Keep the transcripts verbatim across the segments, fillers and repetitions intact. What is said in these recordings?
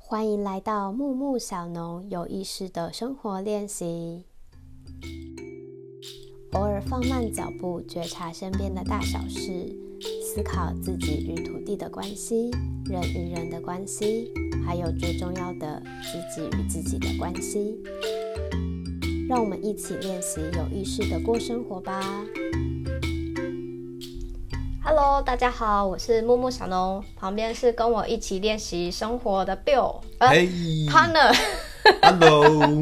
欢迎来到木木小农有意识的生活练习。偶尔放慢脚步，觉察身边的大小事，思考自己与土地的关系，人与人的关系，还有最重要的自己与自己的关系。让我们一起练习有意识的过生活吧。Hello， 大家好，我是木木小农，旁边是跟我一起练习生活的 Bill， 呃 Hey ，Partner。Hello 。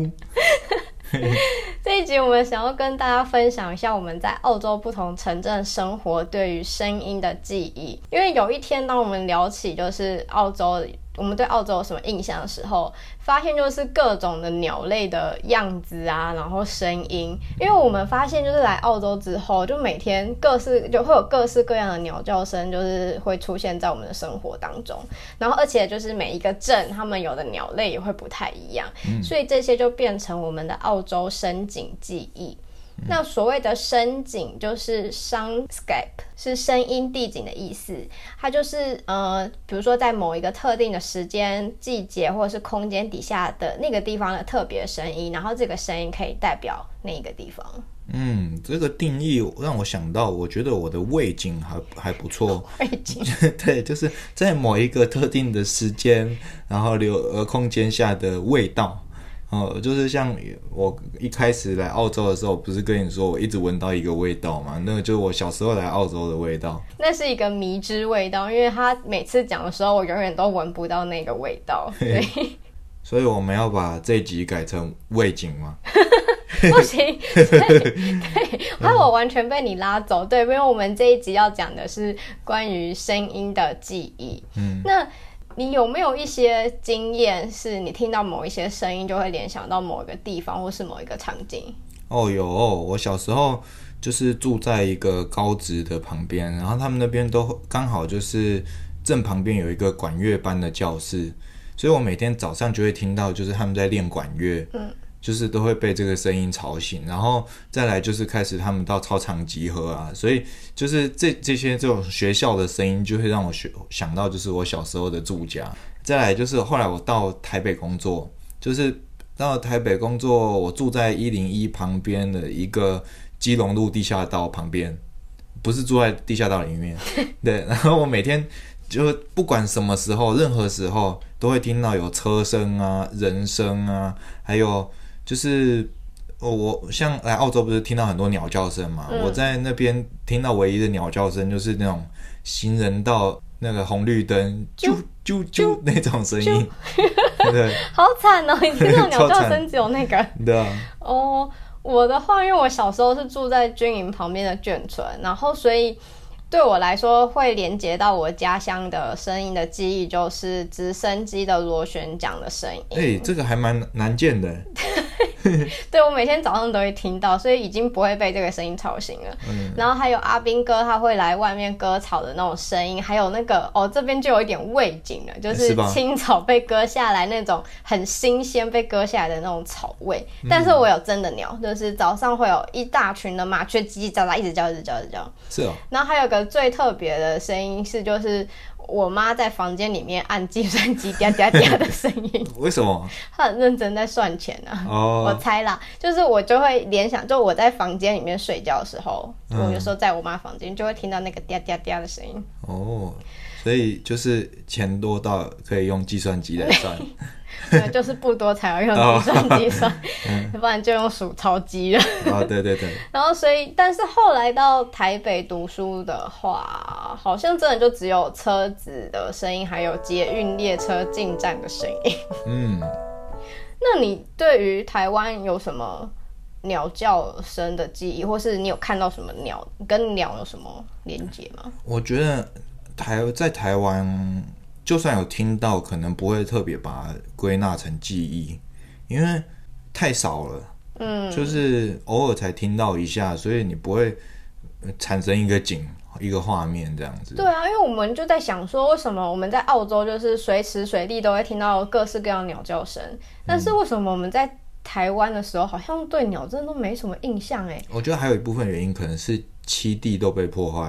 这一集我们想要跟大家分享一下我们在澳洲不同城镇生活对于声音的记忆。因为有一天当我们聊起就是澳洲，我们对澳洲有什么印象的时候，发现就是各种的鸟类的样子啊，然后声音。因为我们发现就是来澳洲之后，就每天各式就会有各式各样的鸟叫声，就是会出现在我们的生活当中。然后而且就是每一个镇他们有的鸟类也会不太一样，嗯、所以这些就变成我们的澳洲声景记忆。那所谓的声景就是 soundscape， 是声音地景的意思。它就是呃，比如说在某一个特定的时间、季节或者是空间底下的那个地方的特别声音，然后这个声音可以代表那个地方。 嗯，这个定义让我想到，我觉得我的味景还还不错。 味景对，就是在某一个特定的时间，然后留呃空间下的味道。哦，就是像我一开始来澳洲的时候，不是跟你说我一直闻到一个味道嘛？那个就是我小时候来澳洲的味道。 那是一个迷之味道，因为他每次讲的时候，我永远都闻不到那个味道。对， 所以我们要把这一集改成味景吗？ 不行，对对，害我完全被你拉走。对，因为我们这一集要讲的是关于声音的记忆。嗯，那你有没有一些经验是你听到某一些声音就会联想到某一个地方或是某一个场景？ 哦，有哦，我小时候就是住在一个高职的旁边，然后他们那边都刚好就是正旁边有一个管乐班的教室，所以我每天早上就会听到就是他们在练管乐，嗯，就是都会被这个声音吵醒，然后再来就是开始他们到操场集合啊，所以就是这这些这种学校的声音就会让我想到就是我小时候的住家。再来就是后来我到台北工作，就是到台北工作，我住在一零一旁边的一个基隆路地下道旁边，不是住在地下道里面。对，然后我每天就不管什么时候，任何时候都会听到有车声啊、人声啊，还有就是我像来澳洲不是听到很多鸟叫声嘛、嗯、我在那边听到唯一的鸟叫声就是那种行人道那个红绿灯啾啾啾那种声音。对， 好惨哦，你听到鸟叫声只有那个。 对啊。 哦，我的话因为我小时候是住在军营旁边的眷村，然后所以对我来说会连接到我家乡的声音的记忆，就是直升机的螺旋桨的声音。 哎、欸，这个还蛮难见的。 对，我每天早上都会听到，所以已经不会被这个声音吵醒了、嗯、然后还有阿兵哥他会来外面割草的那种声音，还有那个哦这边就有一点味景了，就是青草被割下来那种很新鲜被割下来的那种草味、嗯、但是我有真的鸟，就是早上会有一大群的麻雀叽叽喳喳一直叫一直叫一直叫。 是哦。 然后还有个最特别的声音是就是我妈在房间里面按计算机嗲嗲嗲的声音。 为什么？ 她很认真在算钱啊。 哦， 我猜啦，就是我就会联想，就我在房间里面睡觉的时候、嗯、我有时候在我妈房间就会听到那个嗲嗲嗲的声音。 哦，所以就是钱多到可以用计算机来算。 对，就是不多才要用计算机算、哦嗯、不然就用数钞机了。 哦，对对对。 然后所以但是后来到台北读书的话，好像真的就只有车子的声音还有捷运列车进站的声音。嗯，那你对于台湾有什么鸟叫声的记忆，或是你有看到什么鸟跟鸟有什么连结吗？ 我觉得台在台湾就算有听到，可能不会特别把它归纳成记忆，因为太少了。嗯，就是偶尔才听到一下，所以你不会产生一个景、一个画面这样子。 对啊，因为我们就在想说，为什么我们在澳洲就是随时随地都会听到各式各样的鸟叫声，但是为什么我们在台湾的时候，好像对鸟真的都没什么印象哎？ 我觉得还有一部分原因可能是栖地都被破坏了。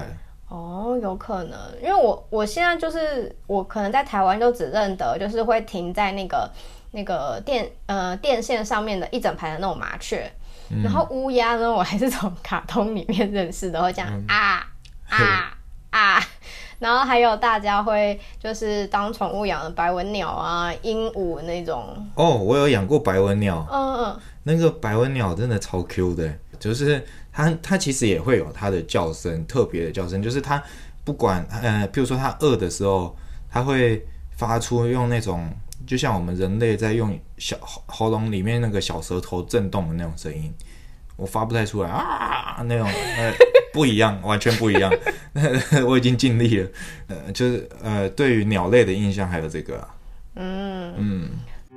哦，有可能，因为我我现在就是我可能在台湾就只认得就是会停在那个那个电呃电线上面的一整排的那种麻雀，嗯、然后乌鸦呢，我还是从卡通里面认识的，会这样、嗯、啊啊啊，然后还有大家会就是当宠物养的白文鸟啊、鹦鹉那种。 哦，我有养过白文鸟， 嗯嗯， 那个白文鸟真的超 Q 的，就是它它其实也会有它的叫声，特别的叫声，就是它不管呃，譬如说它饿的时候，它会发出用那种就像我们人类在用小喉咙里面那个小舌头震动的那种声音，我发不太出来啊，那种呃不一样，完全不一样。我已经尽力了，呃，就是呃，对于鸟类的印象还有这个、啊，嗯嗯。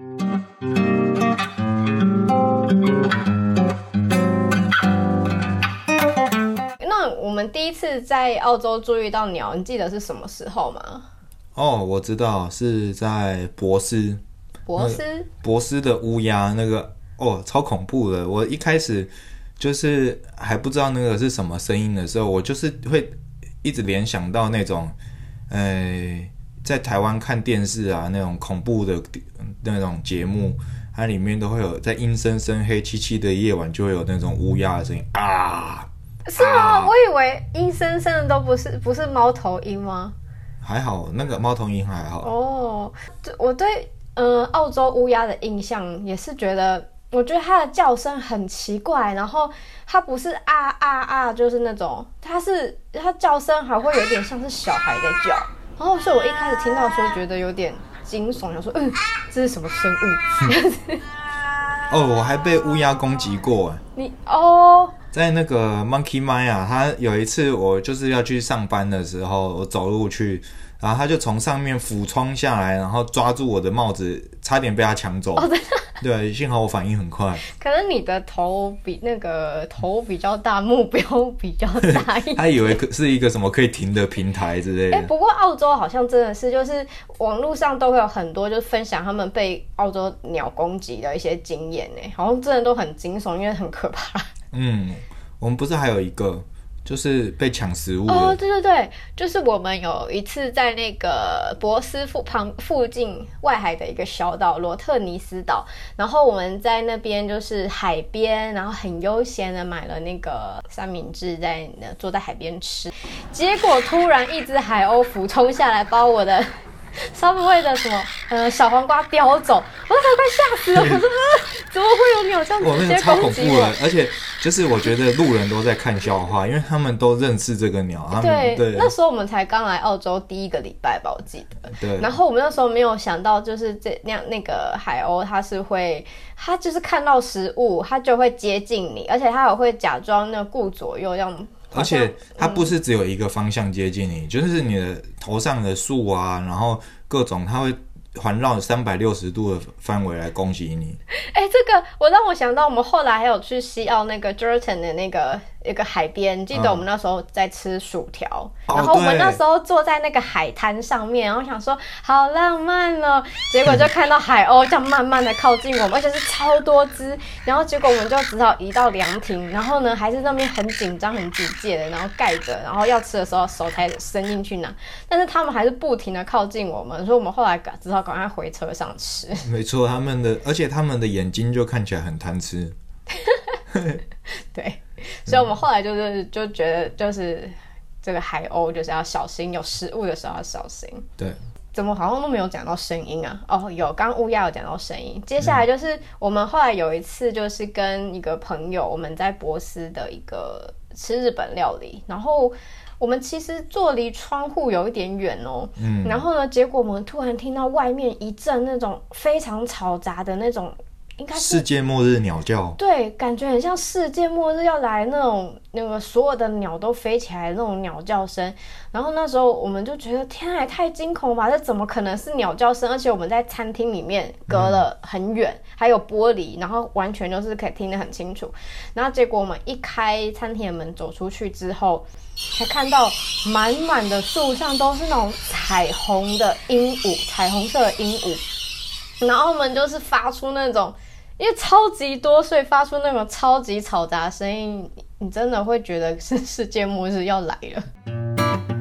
那我们第一次在澳洲注意到鸟，你记得是什么时候吗？ 哦，我知道是在博斯。 博斯？ 博斯的乌鸦那个哦，超恐怖的。我一开始就是还不知道那个是什么声音的时候，我就是会一直联想到那种，呃，在台湾看电视啊那种恐怖的那种节目，它里面都会有在阴森森黑漆漆的夜晚就会有那种乌鸦的声音啊。 是吗？啊、我以为阴森森的都不是不是猫头鹰吗？ 还好，那个猫头鹰还好。 哦，我对呃澳洲乌鸦的印象也是觉得，我觉得它的叫声很奇怪，然后它不是啊啊啊，就是那种，它是它叫声还会有点像是小孩在叫，然后所以我一开始听到的时候觉得有点惊悚，想说嗯，这是什么生物？ 哦，我还被乌鸦攻击过。 你哦。 在那个 Monkey Maya， 他有一次我就是要去上班的时候，我走路去，然后他就从上面俯冲下来，然后抓住我的帽子，差点被他抢走。哦，对，幸好我反应很快。 可能你的头比那个头比较大，目标比较大一点。 他以为是一个什么可以停的平台之类的。 哎、欸，不过澳洲好像真的是，就是网络上都会有很多就是分享他们被澳洲鸟攻击的一些经验呢，好像真的都很惊悚，因为很可怕。 嗯，我们不是还有一个就是被抢食物的？ 哦，对对对，就是我们有一次在那个博斯附旁附近外海的一个小岛罗特尼斯岛，然后我们在那边就是海边，然后很悠闲的买了那个三明治在坐在海边吃，结果突然一只海鸥俯冲下来把我的Subway 的什么呃小黄瓜叼走，我都快吓死了！我说怎么会有鸟这样直接攻击我？ 而且就是我觉得路人都在看笑话，因为他们都认识这个鸟。他们对, 对， 那时候我们才刚来澳洲第一个礼拜吧，我记得。 对。 然后我们那时候没有想到，就是这那样那个海鸥，它是会，它就是看到食物，它就会接近你，而且它也会假装那顾左右这样。 而且它不是只有一个方向接近你，嗯、就是你的头上的树啊，然后各种它会环绕三百六十度的范围来攻击你。 哎、欸，这个我让我想到，我们后来还有去西澳那个 Jerton 的那个一个海边，记得我们那时候在吃薯条、嗯，然后我们那时候坐在那个海滩上面，然后想说好浪漫哦，结果就看到海鸥这样慢慢的靠近我们，而且是超多只，然后结果我们就只好移到凉亭，然后呢还是那边很紧张很警戒的，然后盖着，然后要吃的时候手才伸进去拿，但是他们还是不停的靠近我们，所以我们后来只好赶快回车上吃。 没错，他们的而且他们的眼睛就看起来很贪吃。 对，所以我们后来就是就觉得就是这个海鸥就是要小心，有食物的时候要小心。 对， 怎么好像都没有讲到声音啊？哦，有，刚乌鸦有讲到声音。接下来就是我们后来有一次就是跟一个朋友，我们在博斯的一个吃日本料理，然后我们其实坐离窗户有一点远哦，嗯，然后呢，结果我们突然听到外面一阵那种非常嘈杂的那种。应该是世界末日鸟叫， 对，感觉很像世界末日要来那种，那个所有的鸟都飞起来的那种鸟叫声。然后那时候我们就觉得，天啊，也太惊恐了吧！这怎么可能是鸟叫声？而且我们在餐厅里面隔了很远，嗯、还有玻璃，然后完全就是可以听得很清楚。然后结果我们一开餐厅的门走出去之后，才看到满满的树上都是那种彩虹的鹦鹉，彩虹色的鹦鹉。然后我们就是发出那种，因为超级多，所以发出那种超级嘈杂的声音，你真的会觉得是世界末日要来了。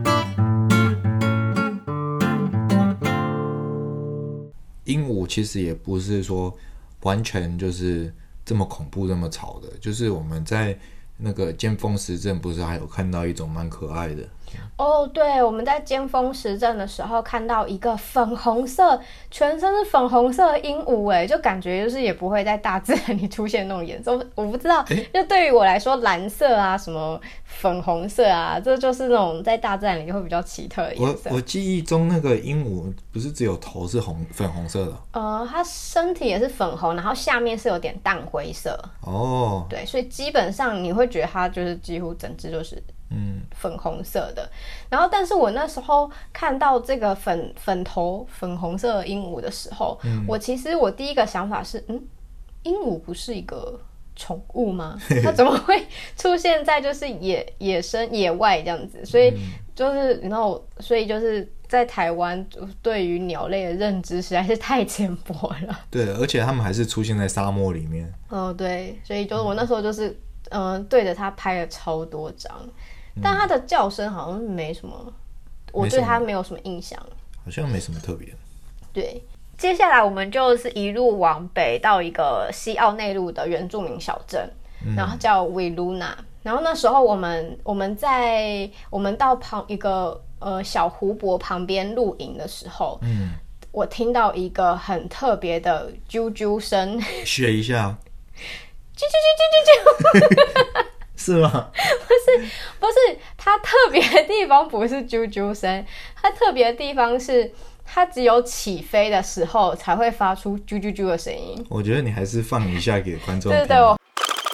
鹉其实也不是说完全就是这么恐怖这么吵的，就是我们在那个尖峰时阵不是还有看到一种蛮可爱的哦，对，我们在尖峰时阵的时候看到一个粉红色，全身是粉红色的鹦鹉，哎，就感觉就是也不会在大自然里出现那种颜色。我不知道，就对于我来说，蓝色啊，什么粉红色啊，这就是那种在大自然里会比较奇特的颜色。 我我记忆中那个鹦鹉不是只有头是红粉红色的？ 呃，它身体也是粉红，然后下面是有点淡灰色。哦，对，所以基本上你会觉得它就是几乎整只就是。嗯，粉红色的。然后，但是我那时候看到这个粉粉头粉红色的鹦鹉的时候，嗯、我其实我第一个想法是，嗯，鹦鹉不是一个宠物吗？它怎么会出现在就是野野生野外这样子？所以就是然后，所以就是在台湾对于鸟类的认知实在是太浅薄了。 对，而且它们还是出现在沙漠里面。 哦，对，所以就是我那时候就是嗯、呃、对着它拍了超多张。但它的叫声好像没什么，我对它没有什么印象， 好像没什么特别的。 对，接下来我们就是一路往北到一个西澳内陆的原住民小镇，嗯、然后叫维鲁纳。然后那时候我们我们在我们到旁一个呃小湖泊旁边露营的时候，嗯，我听到一个很特别的啾啾声， 学一下， 啾啾啾啾啾啾。 是吗？ 不是，不是，它特别的地方不是啾啾声，它特别的地方是它只有起飞的时候才会发出啾啾啾的声音。 我觉得你还是放一下给观众听。 对对对，我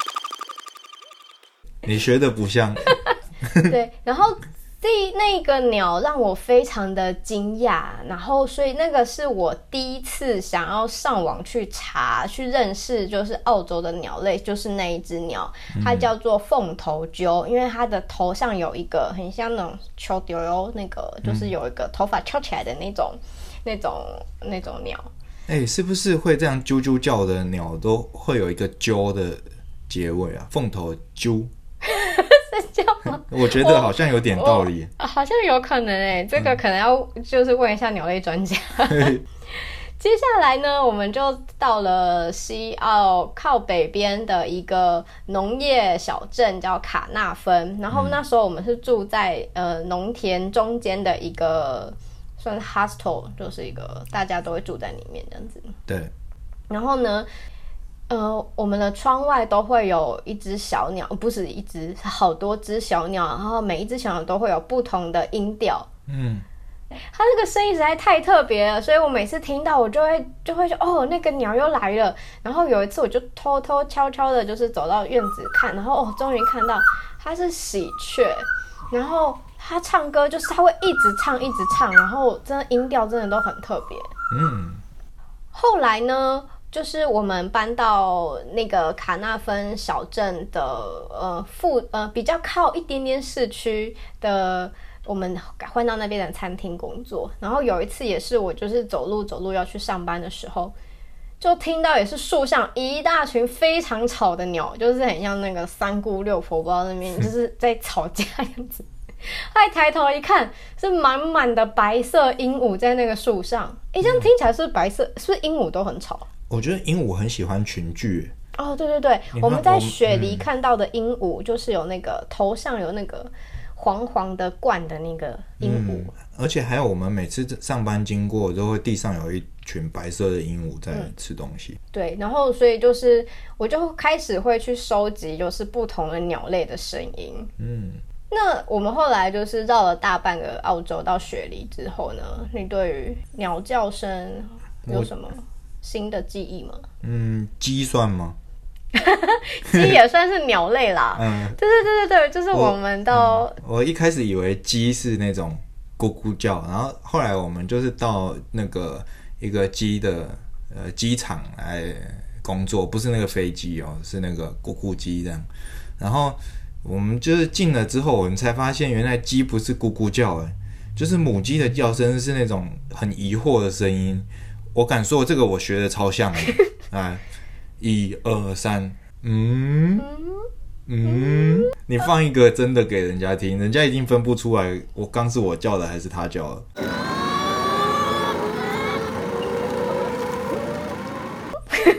你学的不像。 对，然后第那个鸟让我非常的惊讶，然后所以那个是我第一次想要上网去查去认识就是澳洲的鸟类，就是那一只鸟，它叫做凤头鸠，因为它的头上有一个很像那种球丢丢，那个就是有一个头发翘起来的那种、嗯、那种那种鸟。 哎、欸，是不是会这样啾啾叫的鸟都会有一个鸠的结尾啊？凤头鸠。 是这样吗？ 我觉得好像有点道理， 好像有可能哎、欸，这个可能要就是问一下鸟类专家。嗯、接下来呢，我们就到了西澳靠北边的一个农业小镇，叫卡纳芬。然后那时候我们是住在呃农田中间的一个算是 hostel， 就是一个大家都会住在里面这样子。 对。 然后呢？呃，我们的窗外都会有一只小鸟，不是一只，是好多只小鸟，然后每一只小鸟都会有不同的音调。嗯，它这个声音实在太特别了，所以我每次听到我就会就会说，哦，那个鸟又来了。然后有一次我就偷偷悄悄的，就是走到院子看，然后哦，终于看到它是喜鹊，然后它唱歌就是它会一直唱一直唱，然后真的音调真的都很特别。嗯，后来呢？就是我们搬到那个卡纳芬小镇的呃附呃比较靠一点点市区的，我们换到那边的餐厅工作。然后有一次也是我就是走路走路要去上班的时候，就听到也是树上一大群非常吵的鸟，就是很像那个三姑六婆不知道那边就是在吵架样子。还抬头一看，是满满的白色鹦鹉在那个树上。诶，这样听起来是不是白色？是不是鹦鹉都很吵？ 我觉得鹦鹉很喜欢群聚。 哦，对对对，我们在雪梨看到的鹦鹉，就是有那个头上有那个黄黄的冠的那个鹦鹉、嗯， 而且还有我们每次上班经过，都会地上有一群白色的鹦鹉在吃东西、嗯。对， 然后所以就是我就开始会去收集，就是不同的鸟类的声音。嗯，那我们后来就是绕了大半个澳洲到雪梨之后呢，你对于鸟叫声有什么新的记忆吗？ 嗯，鸡算吗？ 鸡也算是鸟类啦。嗯，对对对对对，就是我们到我,、嗯、我一开始以为鸡是那种咕咕叫，然后后来我们就是到那个一个鸡的呃机场来工作，不是那个飞机哦，是那个咕咕鸡这样。然后我们就是进了之后，我们才发现原来鸡不是咕咕叫，哎，就是母鸡的叫声是那种很疑惑的声音。我敢说这个我学的超像的，哎，一二三，嗯嗯，你放一个真的给人家听，人家一定分不出来，我刚是我叫的还是他叫的。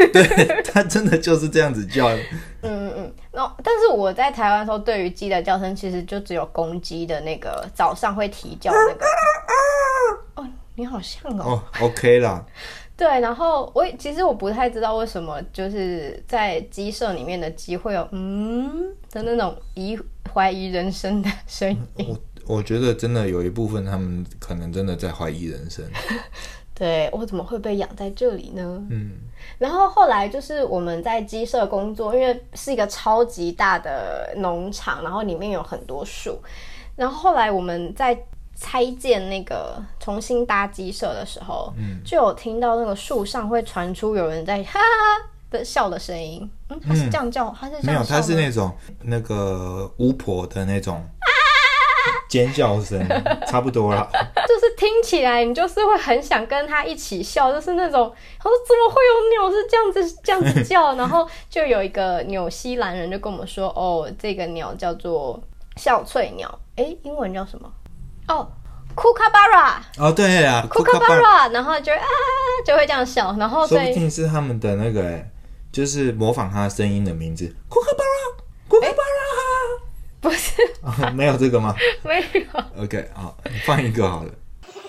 对，它真的就是这样子叫。嗯嗯嗯，然后但是我在台湾的时候，对于鸡的叫声其实就只有公鸡的那个早上会啼叫的那个。哦，你好像哦。 哦 ，OK 啦。 对，然后我其实我不太知道为什么就是在鸡舍里面的鸡会有嗯的那种疑怀疑人生的声音。 我我觉得真的有一部分他们可能真的在怀疑人生。 对，我怎么会被养在这里呢？嗯，然后后来就是我们在鸡舍工作，因为是一个超级大的农场，然后里面有很多树，然后后来我们在拆建那个重新搭鸡舍的时候，嗯，就有听到那个树上会传出有人在哈哈的笑的声音。嗯，他是这样叫，他、嗯、是这样笑吗？ 没有，他是那种那个巫婆的那种尖叫声，差不多啦。 就是听起来你就是会很想跟他一起笑，就是那种他说怎么会有鸟是这样子这样子叫，然后就有一个纽西兰人就跟我们说，哦，这个鸟叫做笑翠鸟，哎，英文叫什么？哦 ，Kookaburra。 哦，对啊 ，Kookaburra， 然后就啊就会这样笑，然后所以说不定是他们的那个哎，就是模仿他声音的名字 ，Kookaburra，Kookaburra。 不是、 哦，没有这个吗？ 没有。 OK， 好，放一个好了。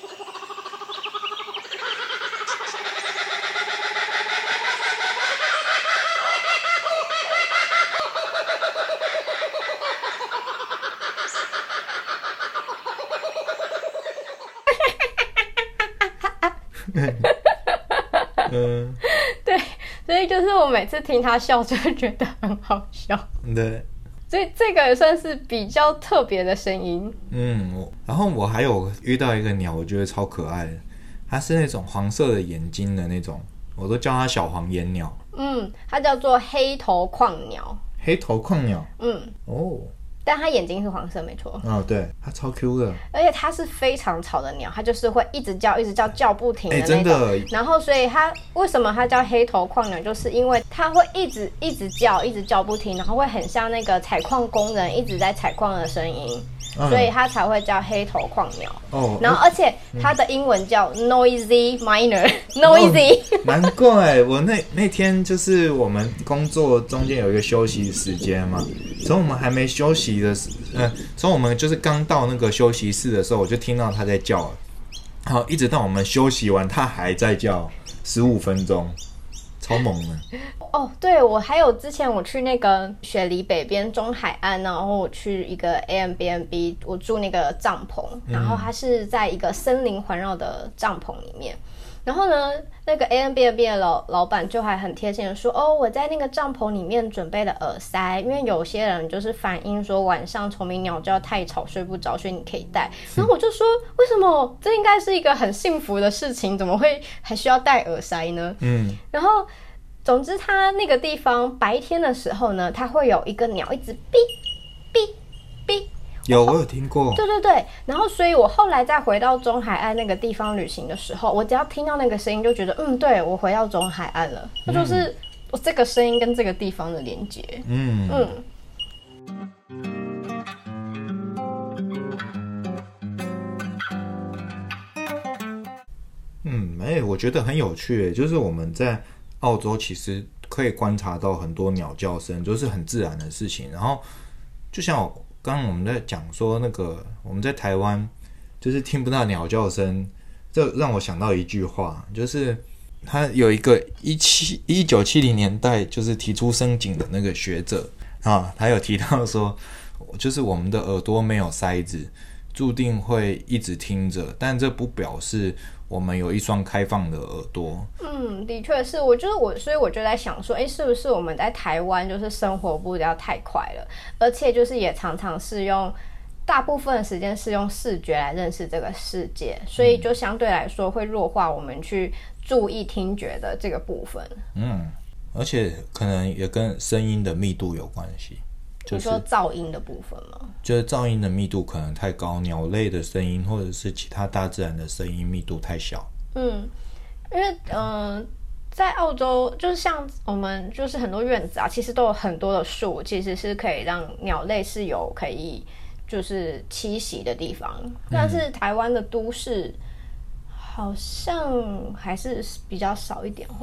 嗯，对，所以就是我每次听他笑就会觉得很好笑。 对， 所以这个也算是比较特别的声音。 嗯，然后我还有遇到一个鸟，我觉得超可爱的，它是那种黄色的眼睛的那种，我都叫它小黄眼鸟。 嗯，它叫做黑头矿鸟。 黑头矿鸟。 嗯，哦。但它眼睛是黄色，没错。 哦，对，它超 Q 的， 而且它是非常吵的鸟，它就是会一直叫，一直叫，叫不停的那种。 欸、真的。 然后，所以它为什么它叫黑头矿鸟，就是因为它会一直一直叫，一直叫不停，然后会很像那个采矿工人一直在采矿的声音。嗯、所以它才会叫黑头矿鸟。哦，然后而且它的英文叫 noisy miner，noisy、 哦。难怪我那那天就是我们工作中间有一个休息时间嘛，从我们还没休息的时，呃，从我们就是刚到那个休息室的时候，我就听到它在叫了，然后一直到我们休息完，它还在叫，十五分钟。超猛的哦！对，我还有之前我去那个雪梨北边中海岸，然后我去一个 Airbnb， 我住那个帐篷，然后它是在一个森林环绕的帐篷里面。然后呢，那个 Airbnb 的老老板就还很贴心的说，哦，我在那个帐篷里面准备了耳塞，因为有些人就是反映说晚上虫鸣鸟叫太吵睡不着，所以你可以戴。然后我就说，为什么这应该是一个很幸福的事情，怎么会还需要戴耳塞呢？嗯，然后总之它那个地方白天的时候呢，它会有一个鸟一直哔哔哔。 有，我有听过。 对对对，然后所以我后来再回到中海岸那个地方旅行的时候，我只要听到那个声音，就觉得嗯，对，我回到中海岸了。那、嗯、就是我这个声音跟这个地方的连接。嗯嗯。 嗯，哎、欸，我觉得很有趣，就是我们在澳洲其实可以观察到很多鸟叫声，就是很自然的事情。然后就像我。刚刚我们在讲说那个我们在台湾就是听不到鸟叫声，这让我想到一句话，就是他有一个一九七零年代就是提出声景的那个学者啊，他有提到说，就是我们的耳朵没有塞子，注定会一直听着，但这不表示我们有一双开放的耳朵。 嗯，的确是，我就是我，所以我就在想说，哎，是不是我们在台湾就是生活步调太快了，而且就是也常常是用大部分的时间是用视觉来认识这个世界，所以就相对来说会弱化我们去注意听觉的这个部分。 嗯，而且可能也跟声音的密度有关系。 就是、你说噪音的部分吗？ 就是噪音的密度可能太高，鸟类的声音或者是其他大自然的声音密度太小。 嗯，因为嗯、呃，在澳洲就是像我们就是很多院子啊，其实都有很多的树，其实是可以让鸟类是有可以就是栖息的地方。但是台湾的都市好像还是比较少一点吼。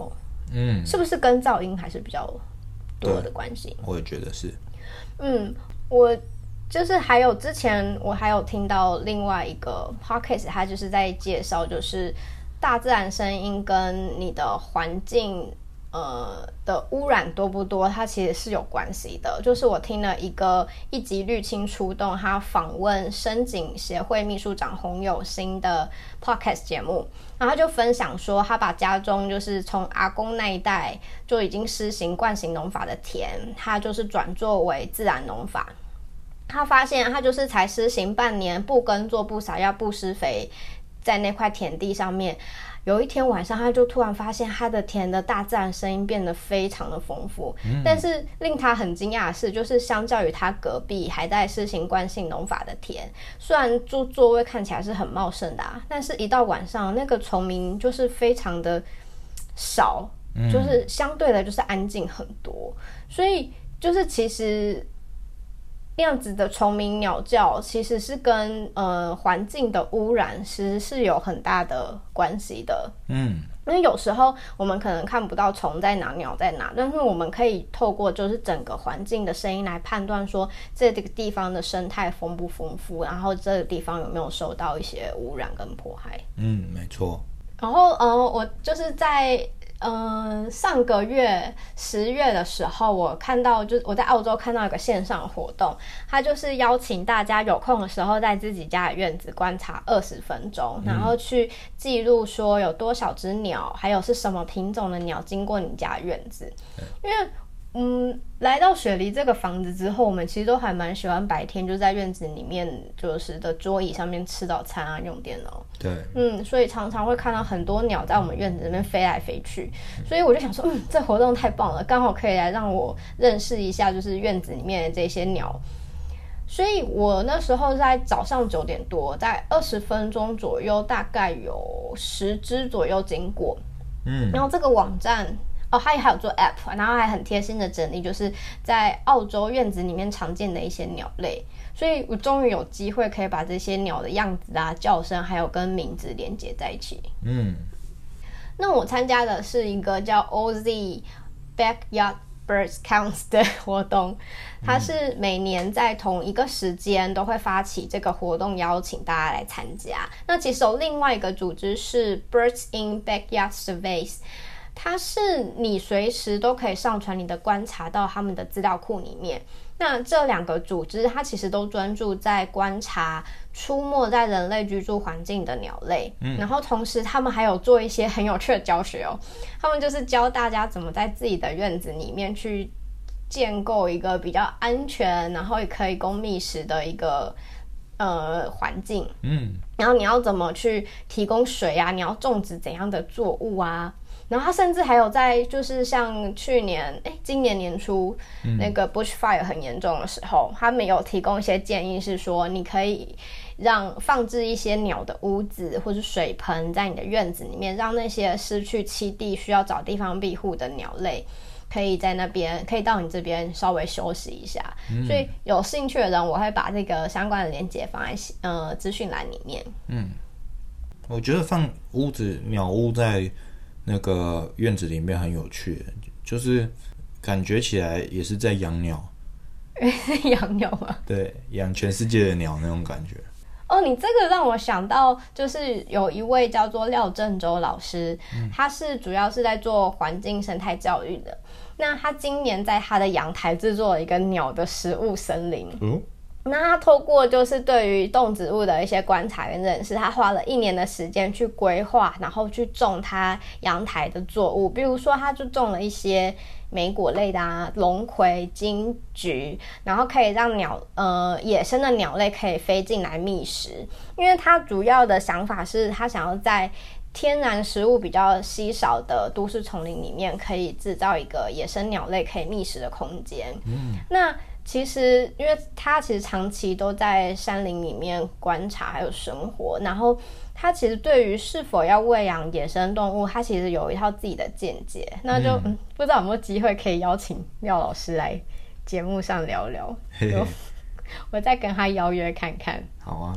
嗯，是不是跟噪音还是比较多的关系？ 我也觉得是。 嗯，我就是还有之前我还有听到另外一个 podcast， 它就是在介绍就是大自然声音跟你的环境呃的污染多不多，它其实是有关系的。就是我听了一个一级绿青出动，他访问深井协会秘书长洪有兴的 podcast 节目，然后他就分享说，他把家中就是从阿公那一代就已经施行惯行农法的田，他就是转作为自然农法。他发现他就是才施行半年，不耕作、不撒药、不施肥，在那块田地上面。有一天晚上，他就突然发现他的田的大自然声音变得非常的丰富、嗯、但是令他很惊讶的是，就是相较于他隔壁还在施行惯性农法的田，虽然就作位看起来是很茂盛的、啊、但是一到晚上那个虫鸣就是非常的少、嗯、就是相对的就是安静很多。所以就是其实那样子的虫鸣鸟叫其实是跟呃环境的污染其实是有很大的关系的。嗯，因为有时候我们可能看不到虫在哪鸟在哪，但是我们可以透过就是整个环境的声音来判断说这个地方的生态丰不丰富，然后这个地方有没有受到一些污染跟迫害。 嗯，没错。 然后呃我就是在嗯，上个月十月的时候，我看到就我在澳洲看到一个线上活动，它就是邀请大家有空的时候在自己家的院子观察二十分钟、嗯、然后去记录说有多少只鸟，还有是什么品种的鸟经过你家的院子。因为嗯，来到雪梨这个房子之后，我们其实都还蛮喜欢白天就在院子里面就是的桌椅上面吃早餐啊，用电脑。 对， 嗯，所以常常会看到很多鸟在我们院子里面飞来飞去，所以我就想说，嗯，这活动太棒了，刚好可以来让我认识一下就是院子里面的这些鸟。所以我那时候在早上九点多，在二十分钟左右，大概有十只左右经过。嗯，然后这个网站。哦，它也还有做 app， 然后还很贴心的整理就是在澳洲院子里面常见的一些鸟类，所以我终于有机会可以把这些鸟的样子啊、叫声还有跟名字连接在一起。嗯，那我参加的是一个叫 O Z Backyard Birds Counts 的活动，它是每年在同一个时间都会发起这个活动，邀请大家来参加。那其实有另外一个组织是 Birds in Backyard Surveys，它是你随时都可以上传你的观察到他们的资料库里面。那这两个组织它其实都专注在观察出没在人类居住环境的鸟类、嗯、然后同时他们还有做一些很有趣的教学哦。他们就是教大家怎么在自己的院子里面去建构一个比较安全然后也可以供觅食的一个呃环境。嗯，然后你要怎么去提供水啊，你要种植怎样的作物啊，然后他甚至还有在就是像去年哎今年年初、嗯、那个 bushfire 很严重的时候，他们有提供一些建议，是说你可以让放置一些鸟的屋子或是水盆在你的院子里面，让那些失去栖地需要找地方庇护的鸟类可以在那边可以到你这边稍微休息一下、嗯、所以有兴趣的人我会把这个相关的连结放在呃资讯栏里面。 嗯，我觉得放屋子鸟屋在那个院子里面很有趣，就是感觉起来也是在养鸟。 养鸟吗？ 对，养全世界的鸟那种感觉。 哦，你这个让我想到，就是有一位叫做廖正洲老师、嗯、他是主要是在做环境生态教育的。那他今年在他的阳台制作了一个鸟的食物森林。嗯，那他透过就是对于动植物的一些观察跟认识，他花了一年的时间去规划，然后去种他阳台的作物。比如说他就种了一些莓果类的啊，龙葵、金桔，然后可以让鸟呃野生的鸟类可以飞进来觅食。因为他主要的想法是他想要在天然食物比较稀少的都市丛林里面，可以制造一个野生鸟类可以觅食的空间。嗯，那其实因为他其实长期都在山林里面观察还有生活，然后他其实对于是否要喂养野生动物，他其实有一套自己的见解。那就、嗯嗯、不知道有没有机会可以邀请廖老师来节目上聊聊。嘿嘿，我再跟他邀约看看。 好啊。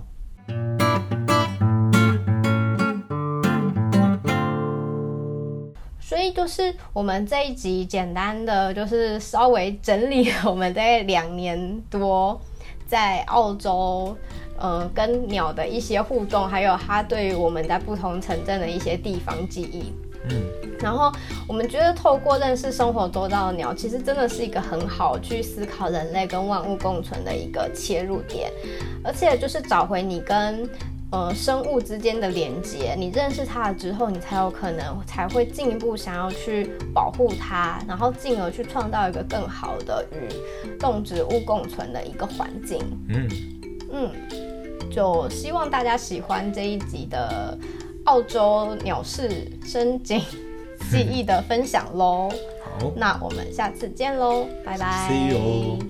所以就是我们这一集简单的就是稍微整理了我们大概两年多在澳洲呃跟鸟的一些互动，还有它对于我们在不同城镇的一些地方记忆。嗯，然后我们觉得透过认识生活周遭的鸟，其实真的是一个很好去思考人类跟万物共存的一个切入点，而且就是找回你跟呃生物之间的连接，你认识它了之后，你才有可能才会进一步想要去保护它，然后进而去创造一个更好的与动植物共存的一个环境。嗯嗯，就希望大家喜欢这一集的澳洲鸟事深景记忆的分享咯。好，那我们下次见咯，拜拜。 See you。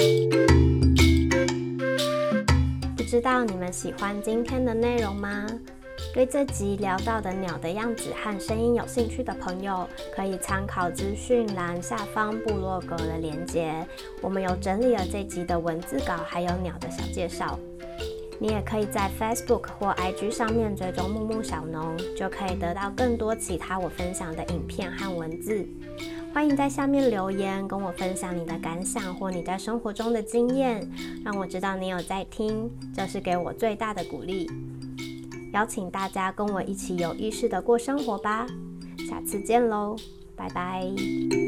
不知道你们喜欢今天的内容吗？对这集聊到的鸟的样子和声音有兴趣的朋友，可以参考资讯栏下方部落格的连结，我们有整理了这集的文字稿，还有鸟的小介绍。你也可以在 Facebook 或 I G 上面追踪木木小农，就可以得到更多其他我分享的影片和文字。欢迎在下面留言，跟我分享你的感想或你在生活中的经验，让我知道你有在听，这是给我最大的鼓励。邀请大家跟我一起有意识的过生活吧，下次见喽，拜拜。